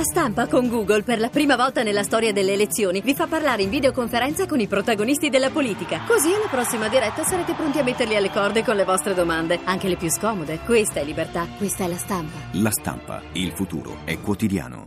Stampa con Google, per la prima volta nella storia delle elezioni, vi fa parlare in videoconferenza con i protagonisti della politica. Così alla prossima diretta sarete pronti a metterli alle corde con le vostre domande, anche le più scomode. Questa è libertà, questa è La Stampa. La Stampa, il futuro è quotidiano.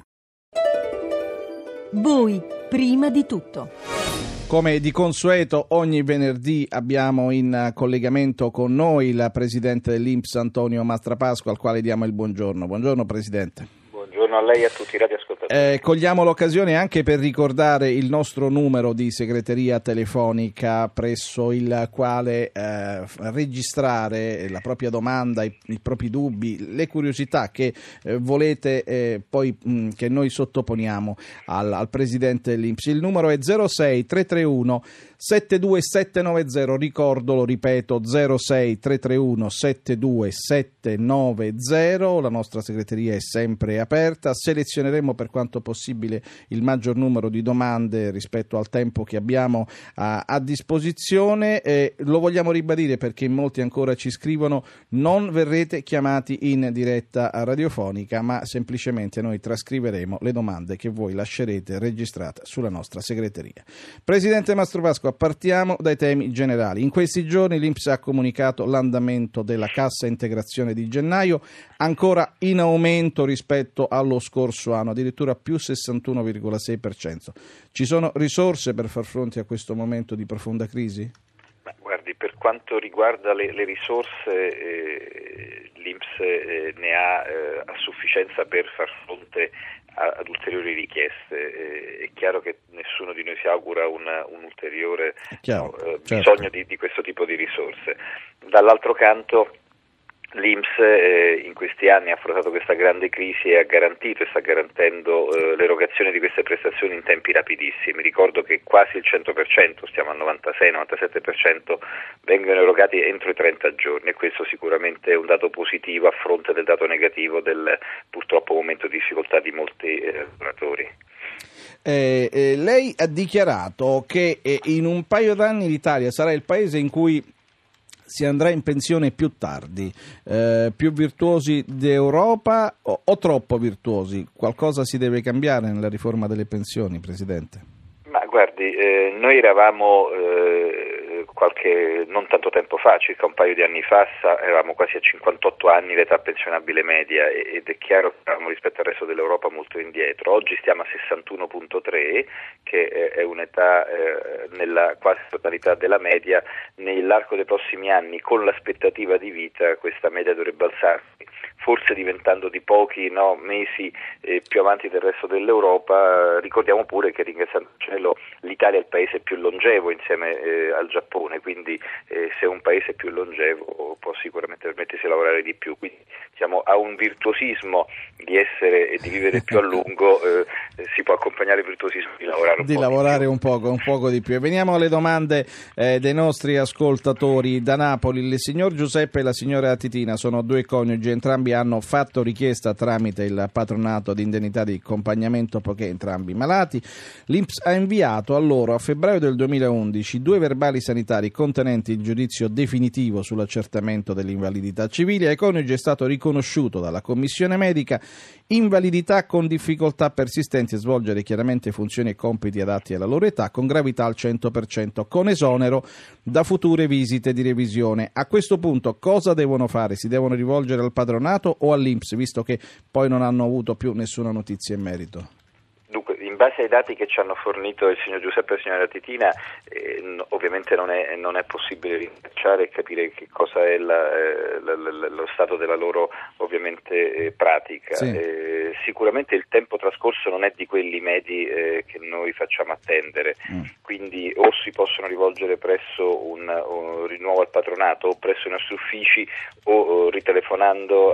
Voi, prima di tutto. Come di consueto, ogni venerdì abbiamo in collegamento con noi il presidente dell'INPS Antonio Mastrapasqua, al quale diamo il buongiorno. Buongiorno Presidente. Buongiorno a lei e a tutti i radioascoltatori. Cogliamo l'occasione anche per ricordare il nostro numero di segreteria telefonica presso il quale registrare la propria domanda, i propri dubbi, le curiosità che volete poi che noi sottoponiamo al Presidente dell'INPS. Il numero è 06 331 72790, lo ripeto, 06 331 72790. La nostra segreteria è sempre aperta, selezioneremo per quanto possibile il maggior numero di domande rispetto al tempo che abbiamo a disposizione. Lo vogliamo ribadire perché in molti ancora ci scrivono: non verrete chiamati in diretta radiofonica, ma semplicemente noi trascriveremo le domande che voi lascerete registrate sulla nostra segreteria. Presidente Mastrapasqua, partiamo dai temi generali. In questi giorni l'INPS ha comunicato l'andamento della cassa integrazione di gennaio, ancora in aumento rispetto allo scorso anno, addirittura più 61,6%. Ci sono risorse per far fronte a questo momento di profonda crisi? Ma guardi, per quanto riguarda le risorse, l'INPS ne ha a sufficienza per far fronte ad ulteriori richieste. È chiaro che nessuno di noi si augura un ulteriore bisogno di questo tipo di risorse. Dall'altro canto l'INPS in questi anni ha affrontato questa grande crisi e ha garantito e sta garantendo l'erogazione di queste prestazioni in tempi rapidissimi. Ricordo che quasi il 100%, stiamo al 96-97%, vengono erogati entro i 30 giorni, e questo sicuramente è un dato positivo a fronte del dato negativo del purtroppo momento di difficoltà di molti lavoratori. Lei ha dichiarato che in un paio d'anni l'Italia sarà il paese in cui si andrà in pensione più tardi, più virtuosi d'Europa o troppo virtuosi? Qualcosa si deve cambiare nella riforma delle pensioni, Presidente? Ma guardi, noi eravamo non tanto tempo fa, circa un paio di anni fa, eravamo quasi a 58 anni l'età pensionabile media, ed è chiaro che eravamo rispetto al resto dell'Europa molto indietro. Oggi stiamo a 61,3, che è un'età nella quasi totalità della media. Nell'arco dei prossimi anni, con l'aspettativa di vita, questa media dovrebbe alzarsi, forse diventando di pochi mesi più avanti del resto dell'Europa. Ricordiamo pure che, ringraziando il cielo, l'Italia è il paese più longevo insieme al Giappone, quindi se un paese è più longevo può sicuramente permettersi di lavorare di più. Quindi siamo a un virtuosismo di essere e di vivere più a lungo, si può accompagnare il virtuosismo di lavorare un poco di più. E veniamo alle domande dei nostri ascoltatori da Napoli. Il signor Giuseppe e la signora Titina sono due coniugi, entrambi hanno fatto richiesta tramite il patronato di indennità di accompagnamento poiché entrambi malati. L'INPS ha inviato a loro a febbraio del 2011 due verbali sanitari contenenti il giudizio definitivo sull'accertamento dell'invalidità civile. Ai coniugi è stato riconosciuto dalla commissione medica invalidità con difficoltà persistenti a svolgere chiaramente funzioni e compiti adatti alla loro età, con gravità al 100%, con esonero da future visite di revisione. A questo punto cosa devono fare? Si devono rivolgere al patronato o all'INPS, visto che poi non hanno avuto più nessuna notizia in merito? Dunque, in base ai dati che ci hanno fornito il signor Giuseppe e la signora Titina, ovviamente non è possibile rintracciare e capire che cosa è lo stato della loro ovviamente pratica. Sì. Sicuramente il tempo trascorso non è di quelli medi che noi facciamo attendere, quindi o si possono rivolgere presso un rinnovo al patronato o presso i nostri uffici o ritelefonando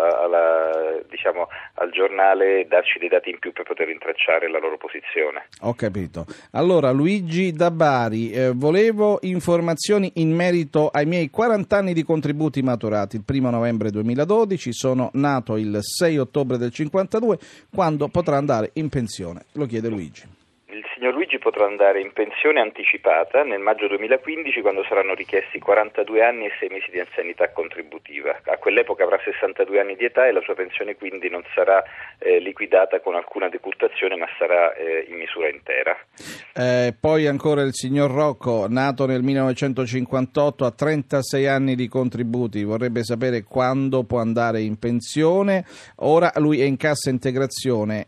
al giornale, darci dei dati in più per poter rintracciare la loro posizione. Ho capito. Allora, Luigi da Bari, volevo informazioni in merito ai miei 40 anni di contributi maturati. Il 1 novembre 2012, sono nato il 6 ottobre del 52, quando potrà andare in pensione? Lo chiede Luigi. Il signor Luigi Luigi potrà andare in pensione anticipata nel maggio 2015, quando saranno richiesti 42 anni e 6 mesi di anzianità contributiva. A quell'epoca avrà 62 anni di età e la sua pensione quindi non sarà liquidata con alcuna decurtazione, ma sarà in misura intera. Poi ancora il signor Rocco, nato nel 1958, ha 36 anni di contributi, vorrebbe sapere quando può andare in pensione. Ora lui è in cassa integrazione.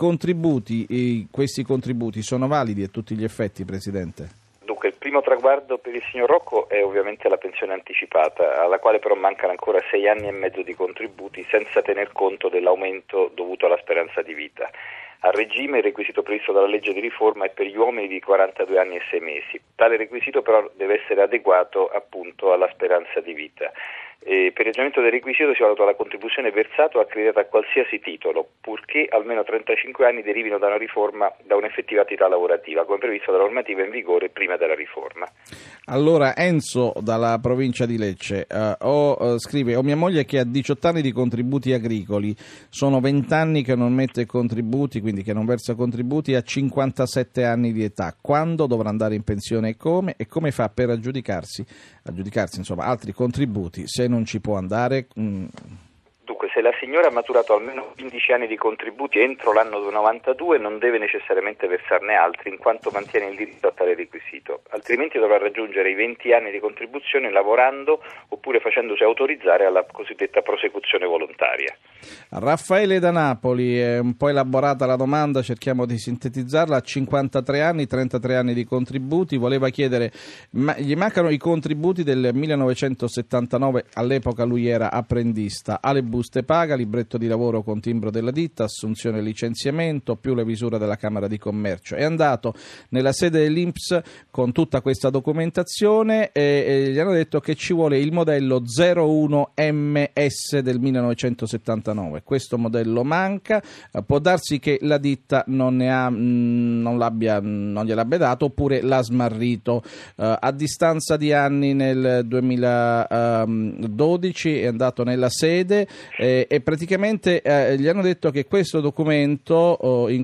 Questi contributi sono validi a tutti gli effetti, Presidente? Dunque, il primo traguardo per il signor Rocco è ovviamente la pensione anticipata, alla quale però mancano ancora 6 anni e mezzo di contributi, senza tener conto dell'aumento dovuto alla speranza di vita. A regime il requisito previsto dalla legge di riforma è per gli uomini di 42 anni e 6 mesi. Tale requisito però deve essere adeguato appunto alla speranza di vita. Per il ragionamento del requisito si valuta la contribuzione versata o accreditata a qualsiasi titolo, purché almeno 35 anni derivino da una riforma, da un'effettiva attività lavorativa, come previsto dalla normativa in vigore prima della riforma. Allora, Enzo dalla provincia di Lecce scrive: ho mia moglie che ha 18 anni di contributi agricoli, sono 20 anni che non mette contributi, quindi che non versa contributi, a 57 anni di età. Quando dovrà andare in pensione e come fa per aggiudicarsi insomma altri contributi se non ci può andare? Dunque, se la signora ha maturato almeno 15 anni di contributi entro l'anno 92 non deve necessariamente versarne altri, in quanto mantiene il diritto a tale requisito, altrimenti dovrà raggiungere i 20 anni di contribuzione lavorando oppure facendosi autorizzare alla cosiddetta prosecuzione volontaria. Raffaele da Napoli, è un po' elaborata la domanda, cerchiamo di sintetizzarla. Ha 53 anni, 33 anni di contributi, voleva chiedere, gli mancano i contributi del 1979, all'epoca lui era apprendista, ha le buste paga, libretto di lavoro con timbro della ditta, assunzione e licenziamento, più le visura della Camera di Commercio. È andato nella sede dell'INPS con tutta questa documentazione e gli hanno detto che ci vuole il modello 01 MS del 1979. Questo modello manca, può darsi che la ditta non gliel'abbia dato oppure l'ha smarrito. A distanza di anni, nel 2012 è andato nella sede e praticamente gli hanno detto che questo documento gli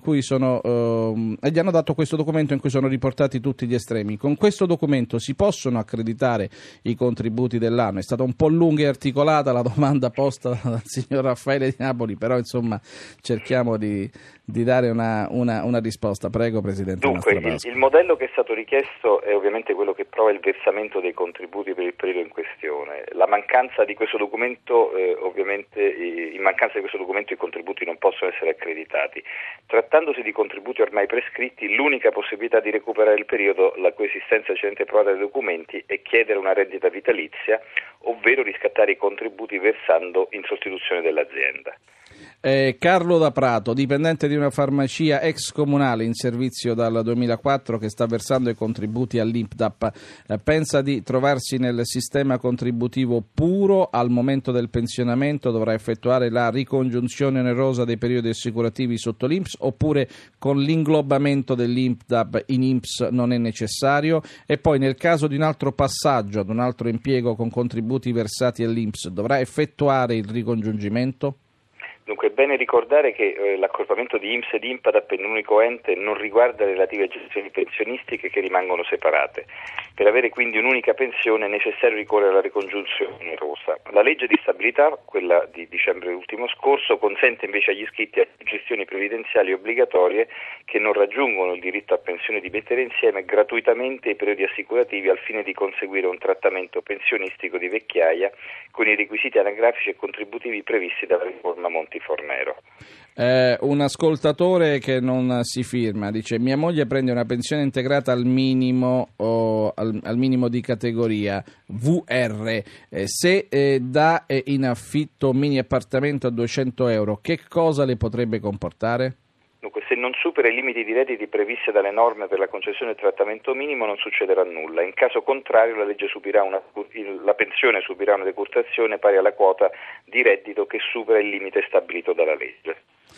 hanno dato questo documento in cui sono riportati tutti gli estremi. Con questo documento si possono accreditare i contributi dell'anno? È stata un po' lunga e articolata la domanda posta dal signor Raffaele di Napoli, però insomma cerchiamo di dare una risposta. Prego, Presidente. Dunque, il modello che è stato richiesto è ovviamente quello che prova il versamento dei contributi per il periodo in questione. La mancanza di questo documento, in mancanza di questo documento i contributi non possono essere accreditati. Trattandosi di contributi ormai prescritti, l'unica possibilità di recuperare il periodo la cui esistenza è provata dai documenti è chiedere una rendita vitalizia, ovvero riscattare i contributi versando in sostituzione dell'azienda. Carlo da Prato, dipendente di una farmacia ex comunale in servizio dal 2004 che sta versando i contributi all'INPDAP, pensa di trovarsi nel sistema contributivo puro, al momento del pensionamento dovrà effettuare la ricongiunzione onerosa dei periodi assicurativi sotto l'INPS, oppure con l'inglobamento dell'INPDAP in INPS non è necessario? E poi, nel caso di un altro passaggio ad un altro impiego con contributi versati all'INPS, dovrà effettuare il ricongiungimento? Dunque è bene ricordare che l'accorpamento di INPS ed INPDAP in un unico ente non riguarda le relative gestioni pensionistiche che rimangono separate. Per avere quindi un'unica pensione è necessario ricorrere alla ricongiunzione onerosa. La legge di stabilità, quella di dicembre ultimo scorso, consente invece agli iscritti a gestioni previdenziali obbligatorie che non raggiungono il diritto a pensione di mettere insieme gratuitamente i periodi assicurativi al fine di conseguire un trattamento pensionistico di vecchiaia con i requisiti anagrafici e contributivi previsti dalla riforma Monti-Fornero. Un ascoltatore che non si firma dice: mia moglie prende una pensione integrata al minimo di categoria VR, se dà in affitto mini appartamento a 200 euro, che cosa le potrebbe comportare? Dunque, se non supera i limiti di redditi previsti dalle norme per la concessione del trattamento minimo non succederà nulla. In caso contrario la pensione subirà una decurtazione pari alla quota di reddito che supera il limite stabilito dalla legge.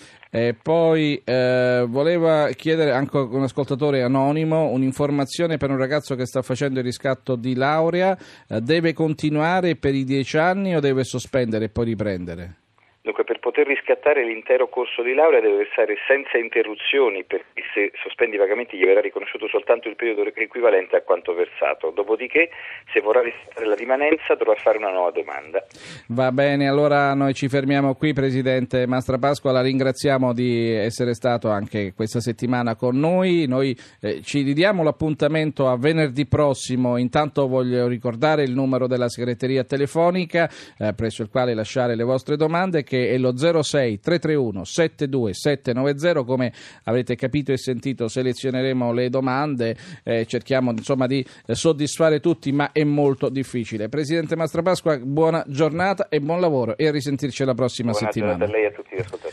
Poi voleva chiedere anche un ascoltatore anonimo un'informazione per un ragazzo che sta facendo il riscatto di laurea: deve continuare per i 10 anni o deve sospendere e poi riprendere? Dunque, per poter riscattare l'intero corso di laurea deve versare senza interruzioni, perché se sospendi i pagamenti gli verrà riconosciuto soltanto il periodo equivalente a quanto versato. Dopodiché, se vorrà riscattare la rimanenza, dovrà fare una nuova domanda. Va bene, allora noi ci fermiamo qui, Presidente Mastrapasqua, la ringraziamo di essere stato anche questa settimana con noi. Noi ci ridiamo l'appuntamento a venerdì prossimo. Intanto voglio ricordare il numero della segreteria telefonica presso il quale lasciare le vostre domande, che è lo 06 331 72 790. Come avrete capito e sentito, selezioneremo le domande, cerchiamo insomma di soddisfare tutti, ma è molto difficile. Presidente Mastrapasqua, buona giornata e buon lavoro, e a risentirci la prossima settimana. Buona giornata a lei e a tutti gli ascoltatori.